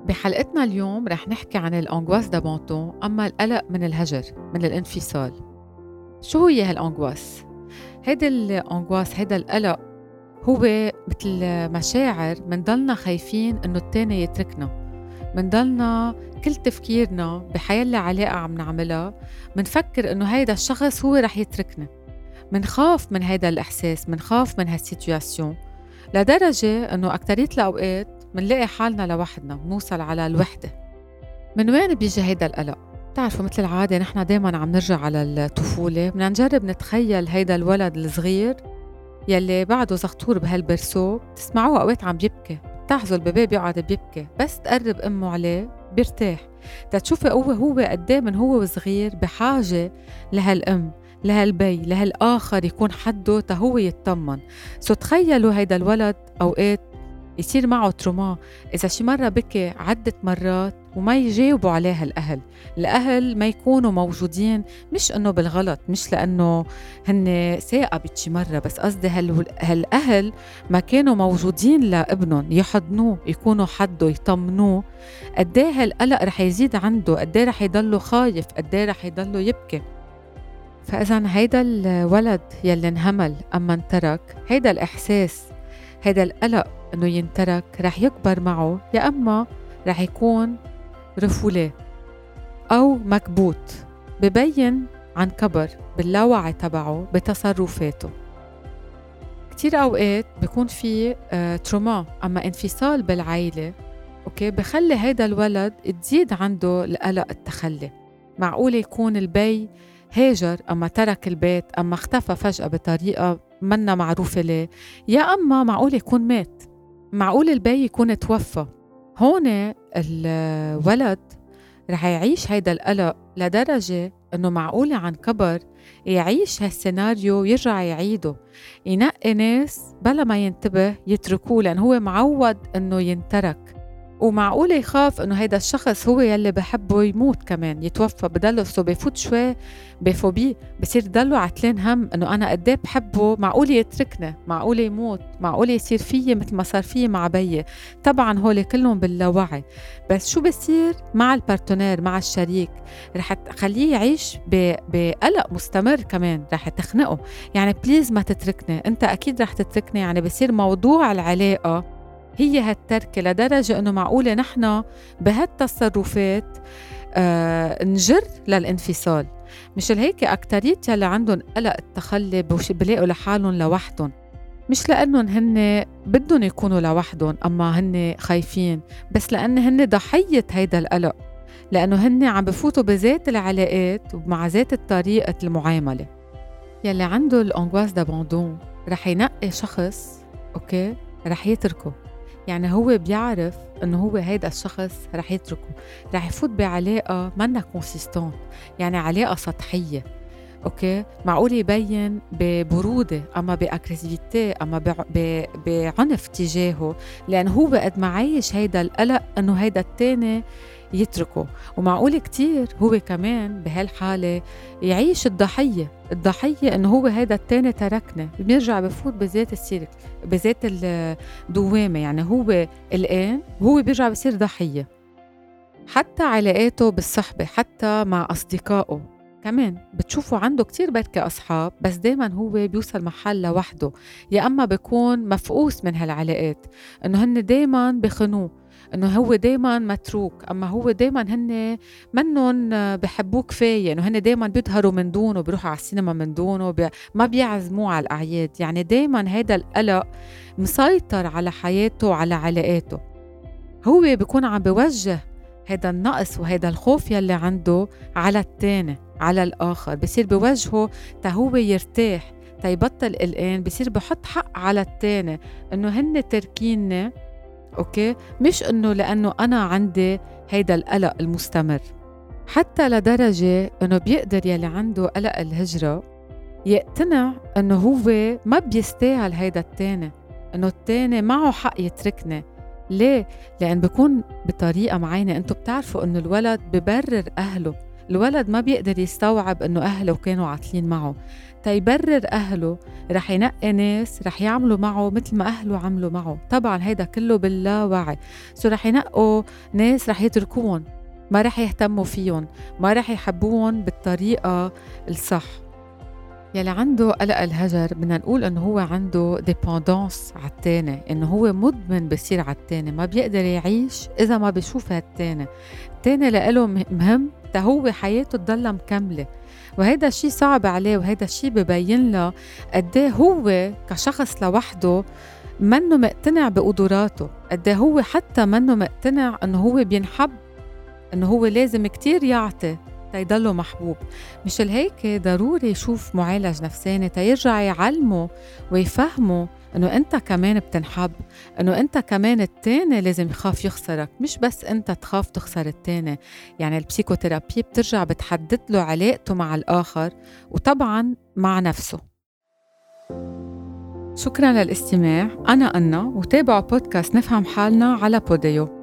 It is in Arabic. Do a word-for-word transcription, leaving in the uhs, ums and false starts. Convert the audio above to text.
بحلقتنا اليوم رح نحكي عن الأنغواس دابونتون، أما القلق من الهجر، من الانفصال. شو هي هالأنغواس؟ هيدا الأنغواس، هيدا القلق هو مثل مشاعر منضلنا خايفين إنه التاني يتركنا، منضلنا كل تفكيرنا بحيالله علاقة عم نعملها منفكر إنه هيدا الشخص هو رح يتركنا. منخاف من هيدا الإحساس، منخاف من هالسيتواسيون لدرجة إنه أكترية الأوقات منلاقي حالنا لوحدنا، بنوصل على الوحدة. من وين بيجي هيدا القلق؟ بتعرفوا مثل العادة نحن دايماً عم نرجع على الطفولة، بدنا نجرب نتخيل هيدا الولد الصغير يلي بعده زغطور بهالبرسو، تسمعوه أوقات عم بيبكي، بتلاحظوا البيبي بيقعد بيبكي، بس تقرب أمه عليه بيرتاح. تتشوفي هو هو قديه من هو وصغير بحاجة لهالأم، لهالبي، لهالآخر يكون حده تهو يتطمن. سو تخيلوا هيدا الولد أوقات يصير معه تروما إذا شي مرة بكي عدة مرات وما يجاوبوا عليها الأهل. الأهل ما يكونوا موجودين، مش أنه بالغلط، مش لأنه هن ثاقبت شي مرة، بس قصدي هال... هالأهل ما كانوا موجودين لابنهم يحضنوه، يكونوا حده، يطمنوه. قديه هالقلق رح يزيد عنده، قديه رح يضله خايف، قديه رح يضله يبكي. فإذا هيدا الولد يلي انهمل أما انترك، هيدا الإحساس، هيدا القلق إنه ينترك رح يكبر معه، يا أما رح يكون رفولة أو مكبوت، ببين عن كبر باللاوعي تبعه بتصرفاته. كتير أوقات بيكون في آه تروما أما انفصال بالعائلة، أوكي، بخلي هيدا الولد تزيد عنده القلق التخلي. معقول يكون البي هاجر أما ترك البيت، أما اختفى فجأة بطريقة منا معروفة ليه، يا أما معقول يكون مات، معقول البي يكون توفى. هون الولد رح يعيش هيدا القلق لدرجة إنه معقولة عن كبر يعيش هالسيناريو، يرجع يعيده، ينقي ناس بلا ما ينتبه يتركوه لأن هو معود إنه ينترك. ومعقول يخاف إنه هيدا الشخص هو يلي بحبه يموت كمان، يتوفى، بدله سو بيفوت شوي بفوبي، بصير دله عتلين هم إنه أنا قديه بحبه، معقول يتركنا، معقول يموت، معقول يصير فيي مثل ما صار فيي مع بيي. طبعا هول كلهم باللاوعي، بس شو بصير مع البارتنير، مع الشريك؟ رح تخليه يعيش بقلق مستمر كمان، رح تخنقه، يعني بليز ما تتركني، أنت أكيد رح تتركني. يعني بصير موضوع العلاقة هي هالتركة، لدرجة إنه معقولة نحن بهالتصرفات آه نجر للانفصال. مش هيك أكتريت يلي عندهم قلق التخلي بلاقوا لحالهم لوحدهم، مش لأنهم هن بدهم يكونوا لوحدهم أما هن خايفين، بس لأن هن ضحية هيدا القلق، لأنه هن عم بفوتوا بذات العلاقات ومع ذات الطريقة المعاملة. يلي عنده الأنغواس دابوندون رح ينقي شخص، أوكي، رح يتركه. يعني هو بيعرف انه هو هيدا الشخص رح يتركه، رح يفوت بعلاقة منا كونسيستون، يعني علاقة سطحية، اوكي. معقول يبين ببرودة اما باكريسيفيتي اما بعنف تجاهه، لان هو قد ما عايش هيدا القلق انه هيدا التاني يتركه. ومعقول كتير هو كمان بهالحالة يعيش الضحية، الضحية انه هو هيدا التاني تركنا، بيرجع بفوت بذات السيرك، بذات الدوامة، يعني هو الآن هو بيرجع بصير ضحية. حتى علاقاته بالصحبة، حتى مع أصدقائه كمان بتشوفوا عنده كتير بركة أصحاب، بس دايما هو بيوصل محل لوحده، يا أما بيكون مفقوس من هالعلاقات، إنه هن دايما بخنوه، إنه هو دايما متروك، أما هو دايما هن منن بحبوه كفاية، إنه هن دايما بيظهروا من دونه، بيروحوا على السينما من دونه، بي... ما بيعزموه على الأعياد. يعني دايما هيدا القلق مسيطر على حياته وعلى علاقاته. هو بيكون عم بيوجه هيدا النقص وهيدا الخوف يلي عنده على التاني، على الآخر، بصير بوجهه تا هو يرتاح، تا يبطل قلقان، بصير بحط حق على التاني إنه هن تركيني، أوكي، مش إنه لأنه أنا عندي هيدا القلق المستمر. حتى لدرجة إنه بيقدر يلي عنده قلق الهجرة يقتنع إنه هو ما بيستاهل هيدا التاني، إنه التاني معه حق يتركني. ليه؟ لأن بيكون بطريقة معينة. أنتوا بتعرفوا إنه الولد ببرر أهله، الولد ما بيقدر يستوعب إنه أهله كانوا عاطلين معه. تيبرر أهله رح ينقي ناس رح يعملوا معه مثل ما أهله عملوا معه. طبعا هيدا كله باللاوعي. سو رح ينقوا ناس رح يتركوهم، ما رح يهتموا فيهم، ما رح يحبوهم بالطريقة الصح. يلي عنده قلق الهجر بدنا نقول انه هو عنده ديبندانس على التاني، انه هو مدمن بصير على التاني، ما بيقدر يعيش اذا ما بيشوف هالتاني. التاني لإله مهم تا هو حياته تضلها مكملة، وهيدا الشي صعب عليه، وهيدا الشي ببين له قديه هو كشخص لوحده منه مقتنع بقدراته، قديه هو حتى منه مقتنع انه هو بينحب، انه هو لازم كتير يعطي تيضله محبوب. مش هيك ضروري يشوف معالج نفساني تيرجع يعلمه ويفهمه انه انت كمان بتنحب، انه انت كمان التاني لازم يخاف يخسرك، مش بس انت تخاف تخسر التاني. يعني البسيكوثيرابي بترجع بتحدد له علاقته مع الآخر وطبعا مع نفسه. شكرا للاستماع. أنا أنا وتابعوا بودكاست نفهم حالنا على بوديو.